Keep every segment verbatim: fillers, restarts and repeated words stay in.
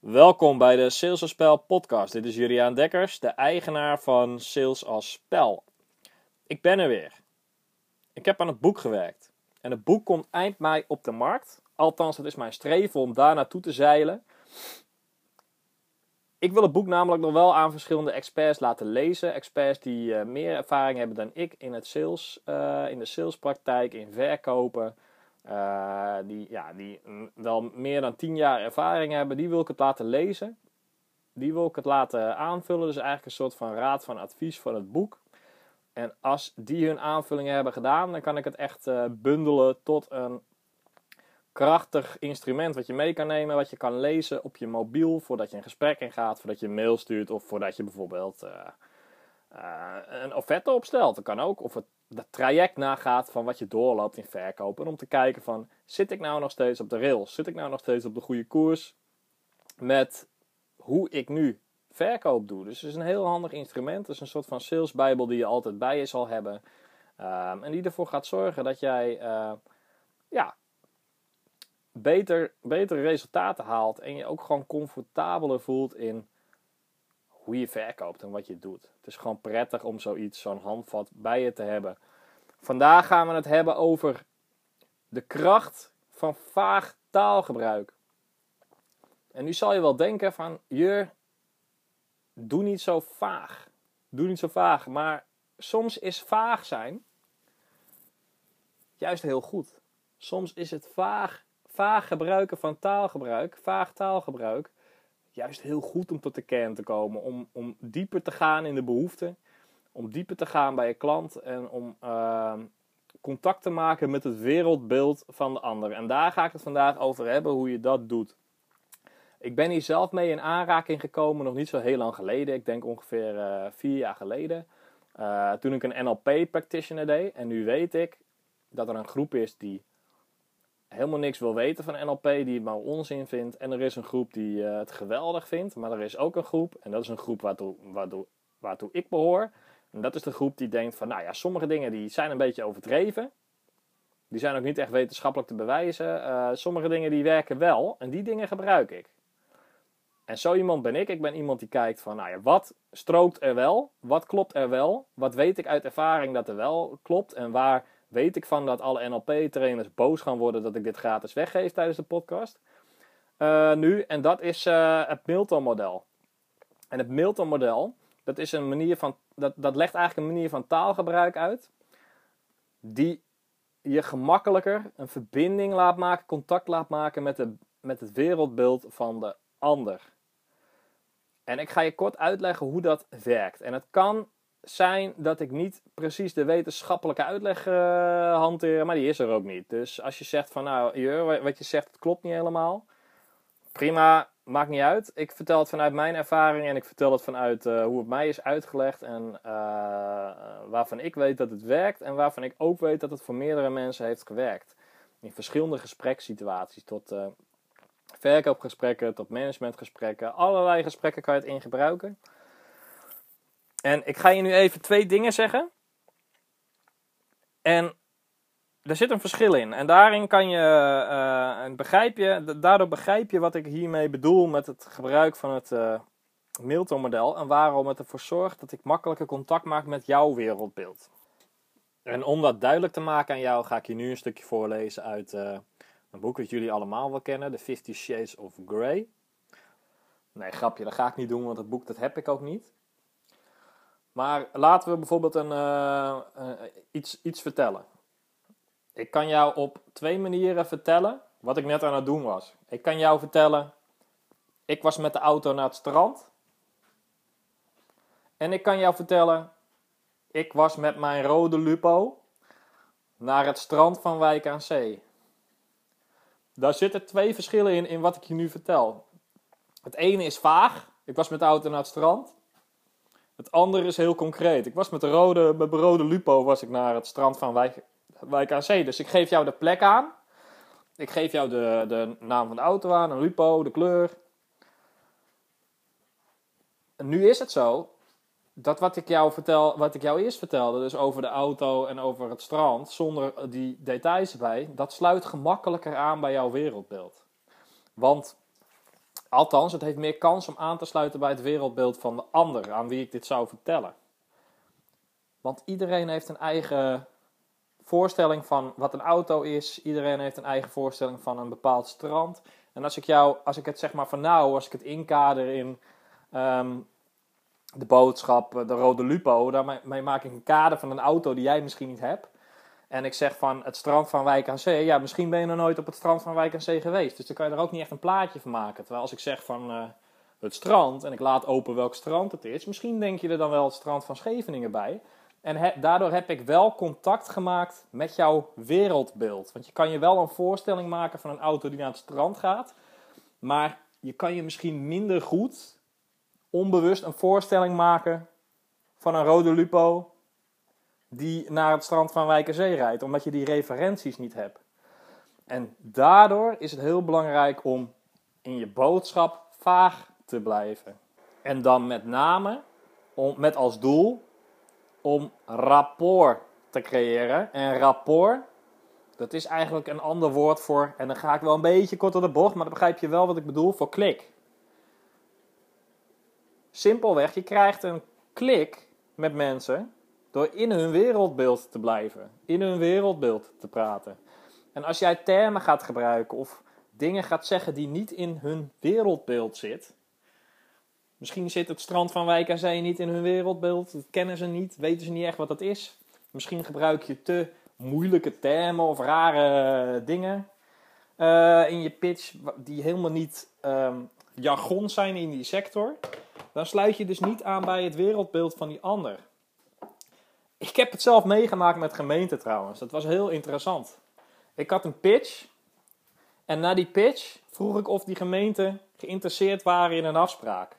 Welkom bij de Sales als Spel podcast. Dit is Juliaan Dekkers, de eigenaar van Sales als Spel. Ik ben er weer. Ik heb aan het boek gewerkt. En het boek komt eind mei op de markt. Althans, het is mijn streven om daar naartoe te zeilen. Ik wil het boek namelijk nog wel aan verschillende experts laten lezen. Experts die uh, meer ervaring hebben dan ik in, het sales, uh, in de salespraktijk, in verkopen. Uh, die, ja, die wel meer dan tien jaar ervaring hebben. Die wil ik het laten lezen. Die wil ik het laten aanvullen. Dus eigenlijk een soort van raad van advies van het boek. En als die hun aanvullingen hebben gedaan, dan kan ik het echt uh, bundelen tot een krachtig instrument wat je mee kan nemen, wat je kan lezen op je mobiel voordat je een gesprek ingaat, voordat je een mail stuurt of voordat je bijvoorbeeld uh, uh, een offerte opstelt. Dat kan ook. Of het dat traject nagaat van wat je doorloopt in verkopen. En om te kijken van, zit ik nou nog steeds op de rails? Zit ik nou nog steeds op de goede koers met hoe ik nu verkoop doe? Dus het is een heel handig instrument. Het is een soort van salesbijbel die je altijd bij je zal hebben. Um, en die ervoor gaat zorgen dat jij uh, ja, beter, betere resultaten haalt. En je ook gewoon comfortabeler voelt in hoe je verkoopt en wat je doet. Het is gewoon prettig om zoiets, zo'n handvat bij je te hebben. Vandaag gaan we het hebben over de kracht van vaag taalgebruik. En nu zal je wel denken van, Jur, doe niet zo vaag. Doe niet zo vaag. Maar soms is vaag zijn juist heel goed. Soms is het vaag, vaag gebruiken van taalgebruik, vaag taalgebruik, juist heel goed om tot de kern te komen. Om, om dieper te gaan in de behoeften. Om dieper te gaan bij je klant. En om uh, contact te maken met het wereldbeeld van de ander. En daar ga ik het vandaag over hebben. Hoe je dat doet. Ik ben hier zelf mee in aanraking gekomen. Nog niet zo heel lang geleden. Ik denk ongeveer uh, vier jaar geleden. Uh, toen ik een N L P practitioner deed. En nu weet ik dat er een groep is die helemaal niks wil weten van N L P, die het maar onzin vindt. En er is een groep die uh, het geweldig vindt. Maar er is ook een groep, en dat is een groep waartoe, waartoe, waartoe ik behoor. En dat is de groep die denkt van, nou ja, sommige dingen die zijn een beetje overdreven. Die zijn ook niet echt wetenschappelijk te bewijzen. Uh, sommige dingen die werken wel, en die dingen gebruik ik. En zo iemand ben ik. Ik ben iemand die kijkt van, nou ja, wat strookt er wel? Wat klopt er wel? Wat weet ik uit ervaring dat er wel klopt? En waar weet ik van dat alle N L P-trainers boos gaan worden dat ik dit gratis weggeef tijdens de podcast? Uh, nu, en dat is uh, het Milton-model. En het Milton-model, dat is een manier van, dat, dat legt eigenlijk een manier van taalgebruik uit, die je gemakkelijker een verbinding laat maken, contact laat maken met, de, met het wereldbeeld van de ander. En ik ga je kort uitleggen hoe dat werkt. En het kan zijn dat ik niet precies de wetenschappelijke uitleg uh, hanteer, maar die is er ook niet. Dus als je zegt van, nou, Jur, wat je zegt, het klopt niet helemaal. Prima, maakt niet uit. Ik vertel het vanuit mijn ervaring en ik vertel het vanuit uh, hoe het mij is uitgelegd en uh, waarvan ik weet dat het werkt en waarvan ik ook weet dat het voor meerdere mensen heeft gewerkt. In verschillende gesprekssituaties, tot uh, verkoopgesprekken, tot managementgesprekken. Allerlei gesprekken kan je het in gebruiken. En ik ga je nu even twee dingen zeggen. En er zit een verschil in. En daarin kan je, uh, begrijp je, daardoor begrijp je wat ik hiermee bedoel met het gebruik van het uh, Milton-model. En waarom het ervoor zorgt dat ik makkelijker contact maak met jouw wereldbeeld. En om dat duidelijk te maken aan jou, ga ik je nu een stukje voorlezen uit uh, een boek dat jullie allemaal wel kennen. The Fifty Shades of Grey. Nee, grapje, dat ga ik niet doen, want het boek dat heb ik ook niet. Maar laten we bijvoorbeeld een, uh, uh, iets, iets vertellen. Ik kan jou op twee manieren vertellen wat ik net aan het doen was. Ik kan jou vertellen, ik was met de auto naar het strand. En ik kan jou vertellen, ik was met mijn rode Lupo naar het strand van Wijk aan Zee. Daar zitten twee verschillen in, in wat ik je nu vertel. Het ene is vaag, ik was met de auto naar het strand. Het andere is heel concreet. Ik was met de rode, met de rode Lupo was ik naar het strand van Wijk, Wijk aan Zee. Dus ik geef jou de plek aan. Ik geef jou de, de naam van de auto aan, een Lupo, de kleur. En nu is het zo dat wat ik jou vertel, wat ik jou eerst vertelde, dus over de auto en over het strand, zonder die details erbij, dat sluit gemakkelijker aan bij jouw wereldbeeld. Want Althans, het heeft meer kans om aan te sluiten bij het wereldbeeld van de ander aan wie ik dit zou vertellen. Want iedereen heeft een eigen voorstelling van wat een auto is. Iedereen heeft een eigen voorstelling van een bepaald strand. En als ik jou, als ik het zeg maar van nou, als ik het inkader in um, de boodschap, de Rode Lupo, daarmee maak ik een kader van een auto die jij misschien niet hebt. En ik zeg van het strand van Wijk aan Zee, ja, misschien ben je nog nooit op het strand van Wijk aan Zee geweest. Dus dan kan je er ook niet echt een plaatje van maken. Terwijl als ik zeg van uh, het strand en ik laat open welk strand het is, misschien denk je er dan wel het strand van Scheveningen bij. En he, daardoor heb ik wel contact gemaakt met jouw wereldbeeld. Want je kan je wel een voorstelling maken van een auto die naar het strand gaat. Maar je kan je misschien minder goed, onbewust een voorstelling maken van een Rode Lupo die naar het strand van Wijk aan Zee rijdt. Omdat je die referenties niet hebt. En daardoor is het heel belangrijk om in je boodschap vaag te blijven. En dan met name om, met als doel om rapport te creëren. En rapport, dat is eigenlijk een ander woord voor, en dan ga ik wel een beetje kort door de bocht, maar dan begrijp je wel wat ik bedoel, voor klik. Simpelweg, je krijgt een klik met mensen door in hun wereldbeeld te blijven. In hun wereldbeeld te praten. En als jij termen gaat gebruiken of dingen gaat zeggen die niet in hun wereldbeeld zit. Misschien zit het strand van Wijk aan Zee niet in hun wereldbeeld. Dat kennen ze niet, weten ze niet echt wat dat is. Misschien gebruik je te moeilijke termen of rare dingen uh, in je pitch die helemaal niet um, jargon zijn in die sector. Dan sluit je dus niet aan bij het wereldbeeld van die ander. Ik heb het zelf meegemaakt met gemeenten trouwens. Dat was heel interessant. Ik had een pitch. En na die pitch vroeg ik of die gemeenten geïnteresseerd waren in een afspraak.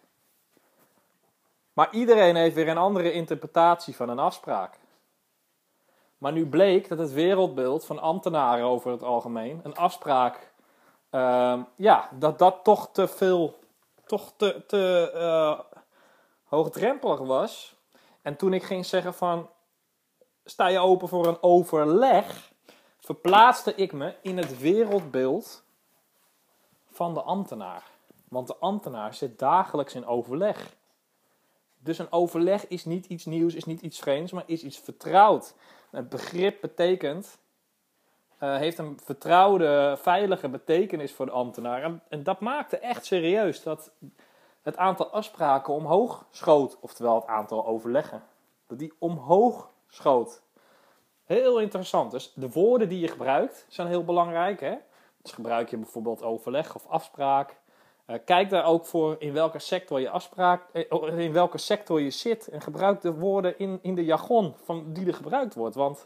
Maar iedereen heeft weer een andere interpretatie van een afspraak. Maar nu bleek dat het wereldbeeld van ambtenaren over het algemeen, een afspraak, uh, ja, dat dat toch te veel, toch te, te uh, hoogdrempelig was. En toen ik ging zeggen van, sta je open voor een overleg, verplaatste ik me in het wereldbeeld van de ambtenaar. Want de ambtenaar zit dagelijks in overleg. Dus een overleg is niet iets nieuws, is niet iets vreemds, maar is iets vertrouwd. Het begrip betekent, uh, heeft een vertrouwde, veilige betekenis voor de ambtenaar. En, en dat maakte echt serieus dat het aantal afspraken omhoog schoot. Oftewel het aantal overleggen. Dat die omhoog schoot. Heel interessant. Dus de woorden die je gebruikt zijn heel belangrijk. Hè? Dus gebruik je bijvoorbeeld overleg of afspraak. Uh, kijk daar ook voor in welke sector je afspraak, uh, in welke sector je zit. En gebruik de woorden in, in de jargon van die er gebruikt wordt. Want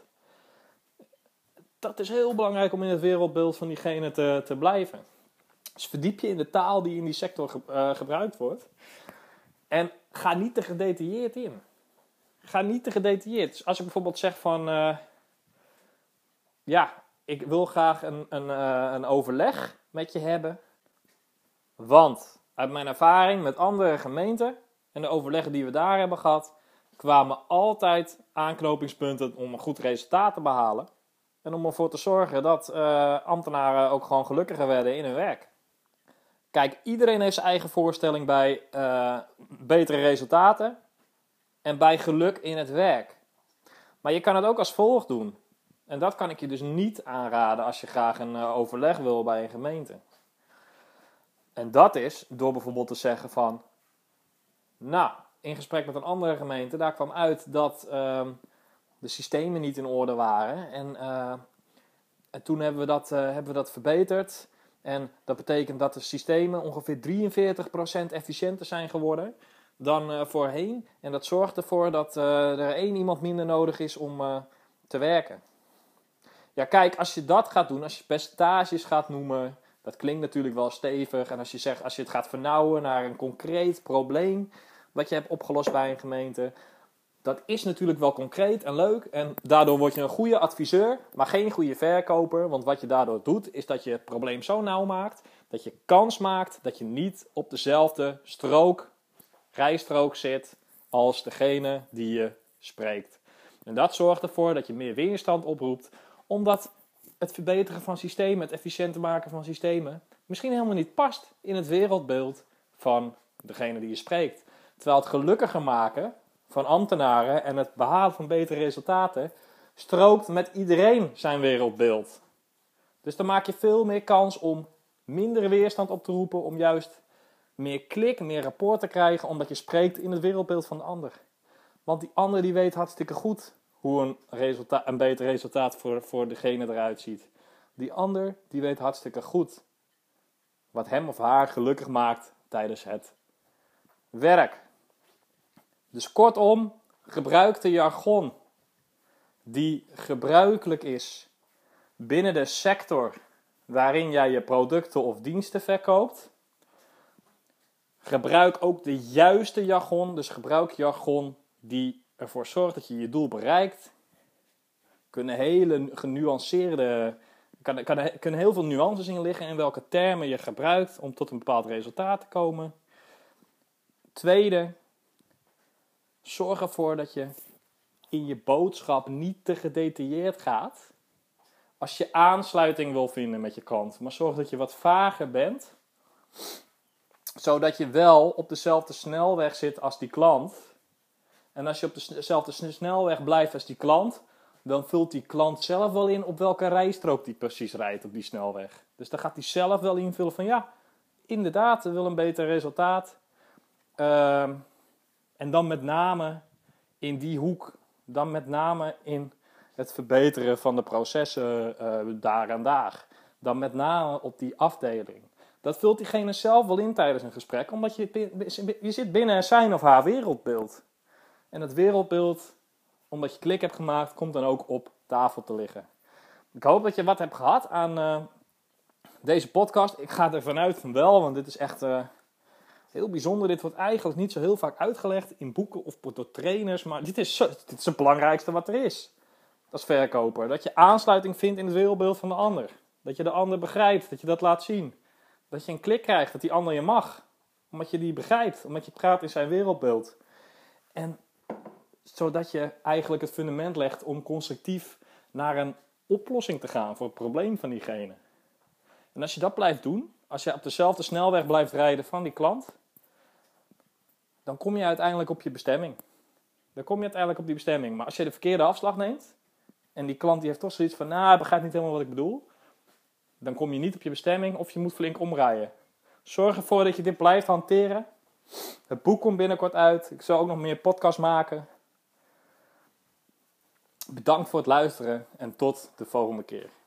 dat is heel belangrijk om in het wereldbeeld van diegene te, te blijven. Dus verdiep je in de taal die in die sector ge, uh, gebruikt wordt. En ga niet te gedetailleerd in. Ga niet te gedetailleerd. Dus als ik bijvoorbeeld zeg van, uh, ja, ik wil graag een, een, uh, een overleg met je hebben. Want uit mijn ervaring met andere gemeenten en de overleggen die we daar hebben gehad, kwamen altijd aanknopingspunten om een goed resultaat te behalen. En om ervoor te zorgen dat uh, ambtenaren ook gewoon gelukkiger werden in hun werk. Kijk, iedereen heeft zijn eigen voorstelling bij uh, betere resultaten en bij geluk in het werk. Maar je kan het ook als volgt doen. En dat kan ik je dus niet aanraden als je graag een uh, overleg wil bij een gemeente. En dat is door bijvoorbeeld te zeggen van, nou, in gesprek met een andere gemeente, daar kwam uit dat uh, de systemen niet in orde waren. En, uh, en toen hebben we, dat, uh, hebben we dat verbeterd. En dat betekent dat de systemen ongeveer drieënveertig procent efficiënter zijn geworden dan uh, voorheen. En dat zorgt ervoor dat uh, er één iemand minder nodig is om uh, te werken. Ja, kijk, als je dat gaat doen, als je percentages gaat noemen, dat klinkt natuurlijk wel stevig. En als je zegt, als je het gaat vernauwen naar een concreet probleem wat je hebt opgelost bij een gemeente, dat is natuurlijk wel concreet en leuk. En daardoor word je een goede adviseur, maar geen goede verkoper. Want wat je daardoor doet, is dat je het probleem zo nauw maakt, dat je kans maakt dat je niet op dezelfde strook, rijstrook zit als degene die je spreekt. En dat zorgt ervoor dat je meer weerstand oproept, omdat het verbeteren van systemen, het efficiënter maken van systemen, misschien helemaal niet past in het wereldbeeld van degene die je spreekt. Terwijl het gelukkiger maken van ambtenaren en het behalen van betere resultaten strookt met iedereen zijn wereldbeeld. Dus dan maak je veel meer kans om minder weerstand op te roepen, om juist meer klik, meer rapport te krijgen, omdat je spreekt in het wereldbeeld van de ander. Want die ander die weet hartstikke goed hoe een, resultaat, een beter resultaat voor, voor degene eruit ziet. Die ander die weet hartstikke goed wat hem of haar gelukkig maakt tijdens het werk. Dus kortom, gebruik de jargon die gebruikelijk is binnen de sector waarin jij je producten of diensten verkoopt. Gebruik ook de juiste jargon, dus gebruik jargon die ervoor zorgt dat je je doel bereikt. Kunnen hele genuanceerde, kan, kan, kunnen heel veel nuances in liggen in welke termen je gebruikt om tot een bepaald resultaat te komen. Tweede, zorg ervoor dat je in je boodschap niet te gedetailleerd gaat. Als je aansluiting wil vinden met je klant, maar zorg dat je wat vager bent, zodat je wel op dezelfde snelweg zit als die klant. En als je op dezelfde snelweg blijft als die klant, dan vult die klant zelf wel in op welke rijstrook die precies rijdt op die snelweg. Dus dan gaat hij zelf wel invullen van ja, inderdaad, we willen een beter resultaat. Uh, en dan met name in die hoek, dan met name in het verbeteren van de processen uh, daar en daar. Dan met name op die afdeling. Dat vult diegene zelf wel in tijdens een gesprek, omdat je, je zit binnen zijn of haar wereldbeeld. En het wereldbeeld, omdat je klik hebt gemaakt, komt dan ook op tafel te liggen. Ik hoop dat je wat hebt gehad aan uh, deze podcast. Ik ga ervan uit van wel, want dit is echt uh, heel bijzonder. Dit wordt eigenlijk niet zo heel vaak uitgelegd in boeken of door trainers. Maar dit is, dit is het belangrijkste wat er is als verkoper. Dat je aansluiting vindt in het wereldbeeld van de ander. Dat je de ander begrijpt, dat je dat laat zien. Dat je een klik krijgt, dat die ander je mag. Omdat je die begrijpt, omdat je praat in zijn wereldbeeld. En zodat je eigenlijk het fundament legt om constructief naar een oplossing te gaan voor het probleem van diegene. En als je dat blijft doen, als je op dezelfde snelweg blijft rijden van die klant, dan kom je uiteindelijk op je bestemming. Dan kom je uiteindelijk op die bestemming. Maar als je de verkeerde afslag neemt, en die klant die heeft toch zoiets van, nou, hij begrijpt niet helemaal wat ik bedoel, dan kom je niet op je bestemming of je moet flink omrijden. Zorg ervoor dat je dit blijft hanteren. Het boek komt binnenkort uit. Ik zal ook nog meer podcasts maken. Bedankt voor het luisteren en tot de volgende keer.